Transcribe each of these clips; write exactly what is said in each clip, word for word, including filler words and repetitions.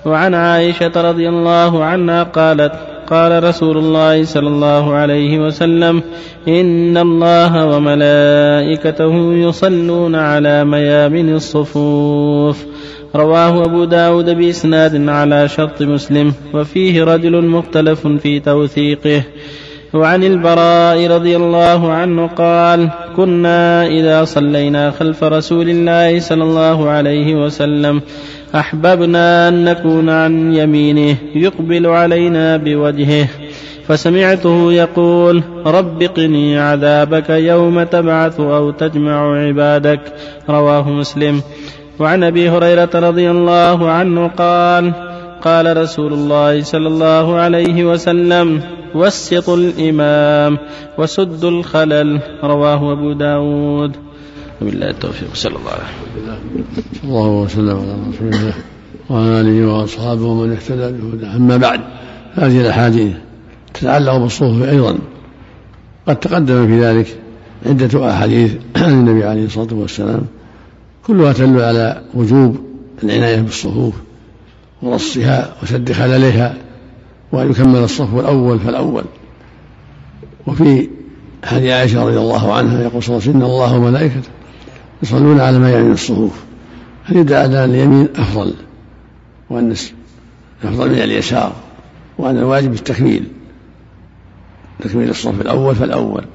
وعن عائشة رضي الله عنها قالت قال رسول الله صلى الله عليه وسلم إن الله وملائكته يصلون على ميامن الصفوف. رواه أبو داود بإسناد على شرط مسلم وفيه رجل مختلف في توثيقه. وعن البراء رضي الله عنه قال كنا إذا صلينا خلف رسول الله صلى الله عليه وسلم أحببنا أن نكون عن يمينه يقبل علينا بوجهه فسمعته يقول رب قني عذابك يوم تبعث أو تجمع عبادك. رواه مسلم. وعن أبي هريرة رضي الله عنه قال قال رسول الله صلى الله عليه وسلم وسطوا الإمام وسدوا الخلل. رواه أبو داود. وبالله التوفيق. صلى الله عليه وسلم. الله وسلم على رسول الله وعلى آله وأصحابه ومن اهتدى بهداه. أما بعد، هذه الأحاديث تتعلق بالصفوف أيضا، قد تقدم في ذلك عدة أحاديث عن النبي عليه الصلاة والسلام كلها تدل على وجوب العناية بالصفوف ورصها وسد خللها وأن يكمل الصف الأول فالأول. وفي حديث عائشة رضي الله عنها يقول صلى الله عليه وسلم إن الله وملائكته يصلون على ميامن الصفوف، فيدل على اليمين أفضل وأن أفضل من اليسار، وأن الواجب التكميل تكميل الصف الأول فالأول،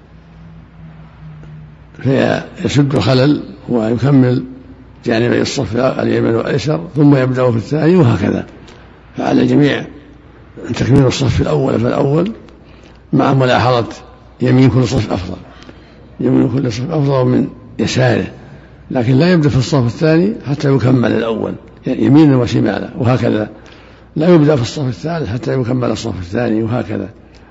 فيسد الخلل ويكمل جانبي الصف اليمين والأيسر ثم يبدأ في الثاني، وهكذا. فعلى الجميع تكميل الصف الأول فالأول مع ملاحظة يمين كل صف أفضل، يمين كل صف أفضل من يساره، لكن لا يبدأ في الصف الثاني حتى يكمل الأول يمينا وشمالا، وهكذا لا يبدأ في الصف الثالث حتى يكمل الصف الثاني، وهكذا.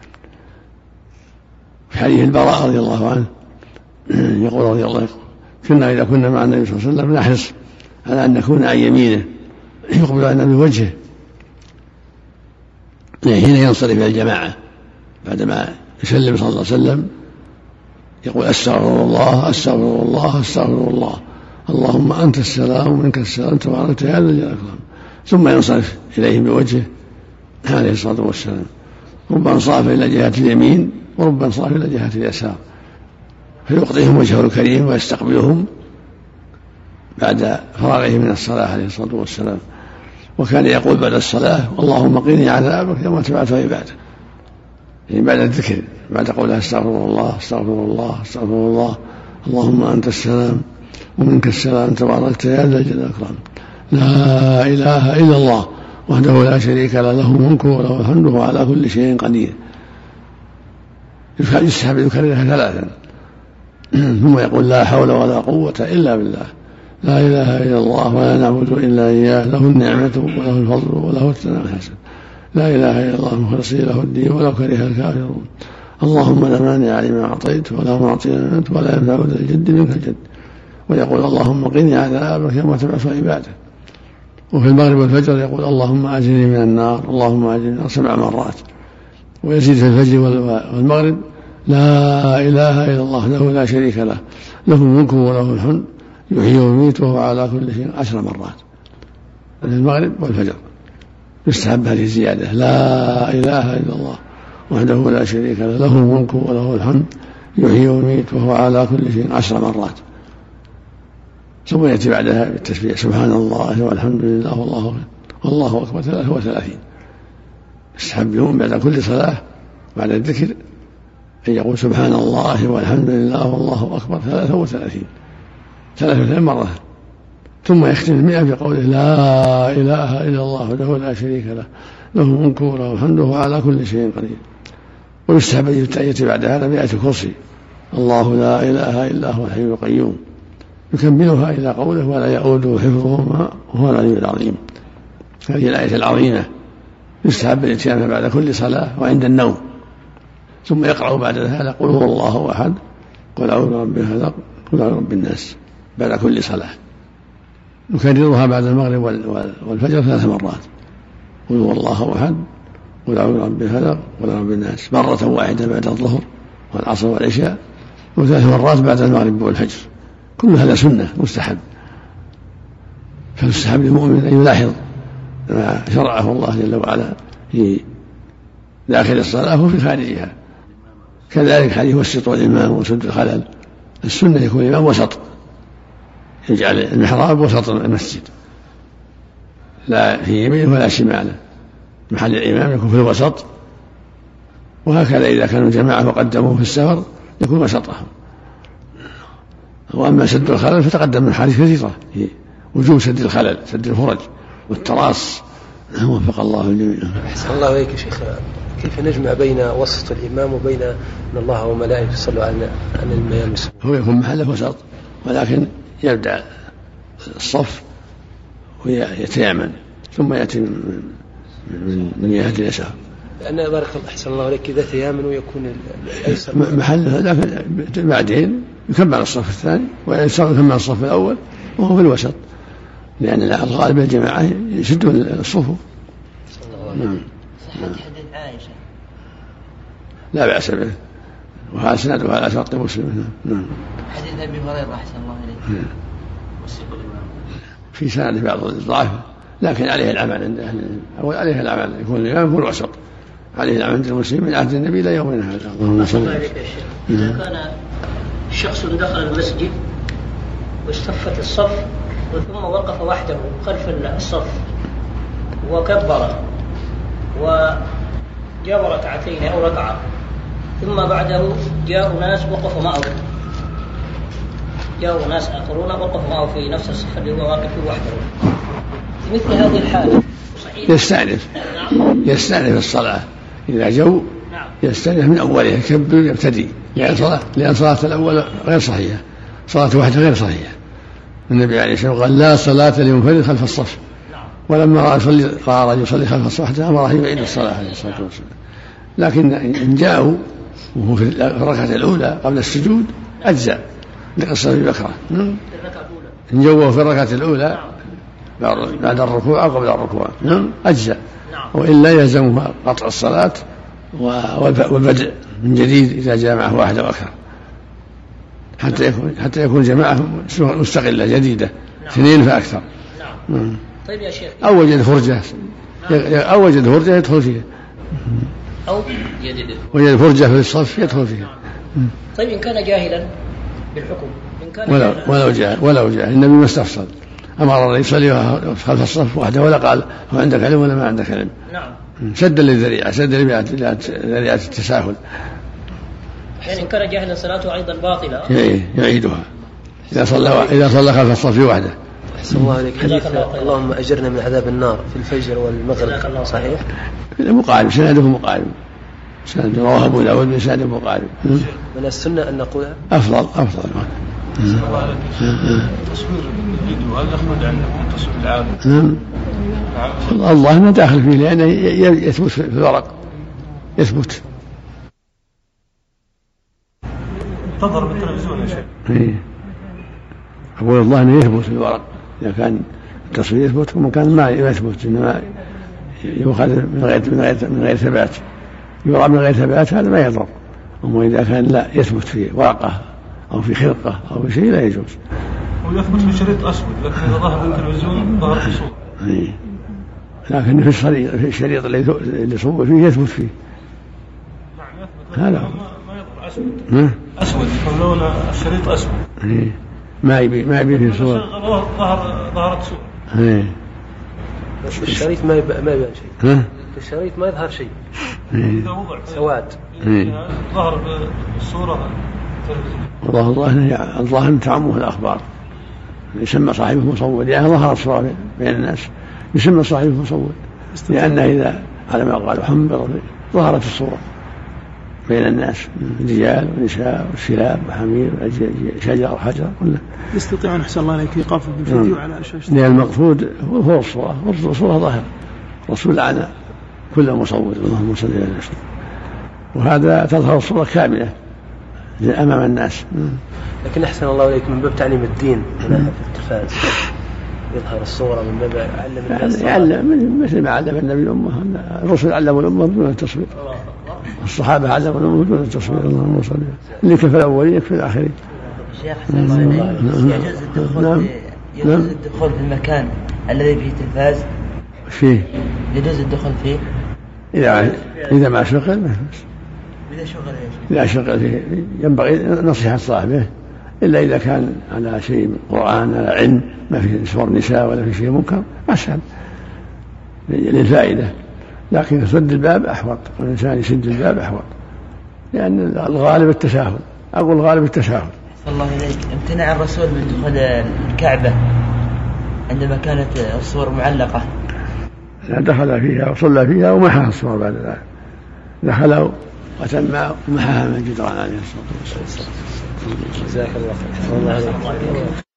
في حديث البراء رضي الله عنه يقول رضي الله عنه كنا إذا كنا مع النبي صلى الله عليه وسلم نحرص على أن نكون عن يمينه يقبل علينا بوجهه حين ينصرف إلى الجماعة بعدما يسلم صلى الله عليه وسلم يقول أستغفر الله أستغفر الله أستغفر الله اللهم أنت السلام ومنك السلام تبارك يا ذا الجلال والإكرام، ثم ينصرف إليهم بوجهه عليه الصلاة والسلام. ربما انصرف إلى جهة اليمين وربما انصرف إلى جهة اليسار، فيقضيهم وجهه الكريم ويستقبلهم بعد فراغه من الصلاة عليه الصلاة والسلام. وكان يقول بعد الصلاة اللهم قني عذابك يوم تبعث عبادك، يعني بعد الذكر بعد قولها استغفر الله استغفر الله استغفر الله اللهم أنت السلام ومنك السلام تباركت يا ذا الجلال والإكرام، لا إله إلا الله وحده لا شريك له له الملك وله الحمد وهو على كل شيء قدير. يسحب يكررها ثلاثا ثم يقول لا حول ولا قوة إلا بالله، لا إله إلا الله ولا نعبد إلا إياه، له النعمة وله الفضل وله الثناء الحسن، لا إله إلا الله مخلصين له الدين ولو كره الكافرون، اللهم لا مانع لما أعطيت ولا معطي لما منعت ولا ينفع ذا الجد منك الجد. ويقول اللهم قني عذابك يوم تبعث عبادك. وفي المغرب والفجر يقول اللهم أجرني من النار اللهم أجرني من النار سبع مرات. ويزيد في الفجر والمغرب لا إله إلا الله له لا شريك له له الملك وله الحمد يحيي ويميت وهو على كل شيء عشر مرات في المغرب والفجر. يستحب هذه الزيادة لا إله إلا الله وحده لا شريك له له الملك وله الحمد يحيي ويميت وهو على كل شيء عشر مرات. ثم يأتي بعدها بالتسبيح سبحان الله والحمد لله والله والله أكبر ثلاثة وثلاثين. يستحب يوم بعد كل صلاة بعد الذكر أن يقول سبحان الله والحمد لله والله أكبر ثلاثة وثلاثين ثلاثة وثلاثين مرة، ثم يختم المئة بقوله لا إله إلا الله وحده لا شريك له له الملك وله الحمد وهو على كل شيء قدير. ويستحب أن يأتي بعد هذا مئة كرسي الله لا إله إلا هو الحي القيوم، يكملها إلى قوله ولا يؤوده حفظهما وهو العلي العظيم. هذه الآية العظيمة يستحب الاتيان بعد كل صلاة وعند النوم، ثم يقرأ بعد هذا قل هو الله أحد قل أعوذ برب الفلق قل أعوذ برب الناس بعد كل صلاة. نكررها بعد المغرب والفجر ثلاث مرات قل هو الله أحد قل أعوذ برب الفلق قل أعوذ برب الناس مرة واحدة بعد الظهر والعصر والعشاء، وثلاث مرات بعد المغرب والفجر. كل هذا سنة مستحب، فيستحب للمؤمن أن يلاحظ ما شرعه الله جل وعلا في داخل الصلاة وفي خارجها. كذلك حديث وسطوا الإمام وسد الخلل، السنة يكون الإمام وسط، يجعل المحراب وسط المسجد لا في يمينه ولا شماله، محل الإمام يكون في الوسط، وهكذا إذا كانوا جماعة وقدموه في السفر يكون وسطهم. وأما سد الخلل فتقدم من حديث كثيرة في وجوب سد الخلل، سد الفرج والتراص. وفق الله الجميع. أحسن الله إليك يا شيخ، كيف نجمع بين وسط الإمام وبين أن الله وملائكته يصلوا على الميامين؟ هو يكون محله وسط، ولكن يبدأ الصف ويتيامن ثم يأتي من من جهة اليسار. لأن بارك الله أحسن الله عليك إذا تيامن ويكون الأيسر محله، لكن بعدين يكمل الصف الثاني ويكمل الصف الأول وهو في الوسط، لأن الغالب الجماعة يشدون الصفوف. نعم. حديث عائشة لا بأس به، وهذا سنده على شرط مسلم. نعم. حديث أبي هريرة أحسن الله عليه في سنده بعض الضعف، لكن عليه العمل عند أهل أو عليه العمل يكون الإمام هو الوسط، عليه العمل عند المسلمين من عهد النبي إلى يومنا هذا. اللهم صل على سيدنا. إذا كان شخص دخل المسجد واستفت الصف ثم وقف وحده خلف الصف وكبر وجاء ركعتين أو ركعة، ثم بعده جاءوا ناس وقفوا معه، جاءوا ناس آخرون وقفوا معه في نفس الصف اللي هو واقف فيه وحده، في مثل هذه الحالة يستأنف يستأنف الصلاة إذا جو يستأنف من أولها، يكبر يبتدي، لأن صلاة لأن صلاة الأول غير صحيحة، صلاة واحدة غير صحيحة. النبي عليه الصلاة والسلام قال لا صلاة لمنفرد خلف الصف، ولما رأى رجل يصلي خلف الصف وحده أمره يعيد الصلاة عليه الصلاة والسلام. لكن إن جاءوا وهو في الركعة الأولى قبل السجود أجزاء لقصة أبي بكر. إن جاءوا في الركعة الأولى بعد الركوع أو قبل الركوع أجزاء، وإلا يلزمها قطع الصلاة والبدء من جديد إذا جاء معه واحد أو أكثر، حتى يكون حتى يكون جماعة مستقلة جديدة اثنين فأكثر. نعم. طيب يا شيخ، أو وجد فرجة أو وجد فرجة يدخل فيها، أو يجد وجد فرجة في الصف يدخل فيها. طيب إن كان جاهلا بالحكم، إن كان ولو ولو جاهل ولو جاهل النبي ما استفصل، أمر يصلي خلف الصف وحده ولا قال هو عندك علم ولا ما عندك علم. نعم. سد للذريعة، سد لذريعة التساهل. يعني إن كان جاهلا صلاته أيضا باطلة يعيدها إذا صلى إذا صلى خلف الصف وحده. أحسن الله عليك. حديث اللهم أجرنا من عذاب النار في الفجر والمغرب صحيح؟ مقارب، سنده مقارب، سنده رواه أبو داود من سنده مقارب. من السنة أن نقولها أفضل أفضل. تصوير الفيديو هل يخرج عن التصوير العادي؟ نعم. الله ما داخل فيه لأنه يثبت في الورق، يثبت. تظهر بالتلفزيون يا شيخ. إيه. أقول الله أنه يثبت في الورق، إذا كان التصوير يثبت ومن كان ما يثبت إنما يؤخذ من غير من غير من غير ثبات، يرى من غير ثبات هذا ما يضر. أما إذا كان لا يثبت في ورقة أو في خرقة أو في شيء لا يجوز. ويثبت في شريط أسود، لكن إذا ظهر في التلفزيون ظهر في الصورة. إيه. لكن في الشريط في الشريط اللي صور فيه يثبت فيه. نعم يثبت. هذا ما يظهر أسود. أسود يكون لون الشريط أسود. إيه. ما يبي ما يبي في صورة. ظهر ظهرت صورة. إيه. بس الشريط ما يبان ما يبان شيء. ها؟ الشريط ما يظهر شيء. إيه. سواد. إيه. ظهر بالصورة. والله الله الله تعمه الأخبار، يسمى صاحبه مصور، يعني ظهر الصورة بين الناس يسمى صاحبه مصور، لأنه إذا على ما قالوا حنبر ظهرت الصورة بين الناس من رجال ونساء وشلاب وحمير وشجر وحجر كله. يستطيعون أحسن الله عليك إيقاف بالفيديو على شاشة، لأن المقصود هو الصورة، والصورة ظاهرة، الرسول لعن كل مصور اللهم صل على وسلم، وهذا تظهر الصورة كاملة أمام الناس. لكن أحسن الله عليك من باب تعليم الدين هنا في التلفاز يظهر الصورة من باب علم الناس، يعلم مثل ما علم النبي الأمة، الرسل علموا الأمة بدون التصوير، الصحابة علموا الأمة بدون التصوير اللهم صل، اللي كفى الأولين يكفي الآخرين. شيخ أحسن الله عليك، يجوز الدخول يجوز الدخول في المكان الذي فيه تلفاز فيه يجوز الدخول فيه إذا إذا ما شغل ما إذا شغل إذا شغل فيه ينبغي نصيحة صاحبه، إلا إذا كان على شيء من القرآن على علم ما في صور نساء ولا في شيء منكر أسهل للفائدة، لكن سد الباب أحوط، والإنسان يسد الباب أحوط، لأن الغالب التساهل. أقول الغالب التساهل. الله إليك، امتنع الرسول من دخول الكعبة عندما كانت الصور معلقة. دخل فيها وصلى فيها ومحاها الصور بعد ذلك، دخلوا وتم ومحاها من الجدران عليه الصلاة والسلام. جزاك الله خير.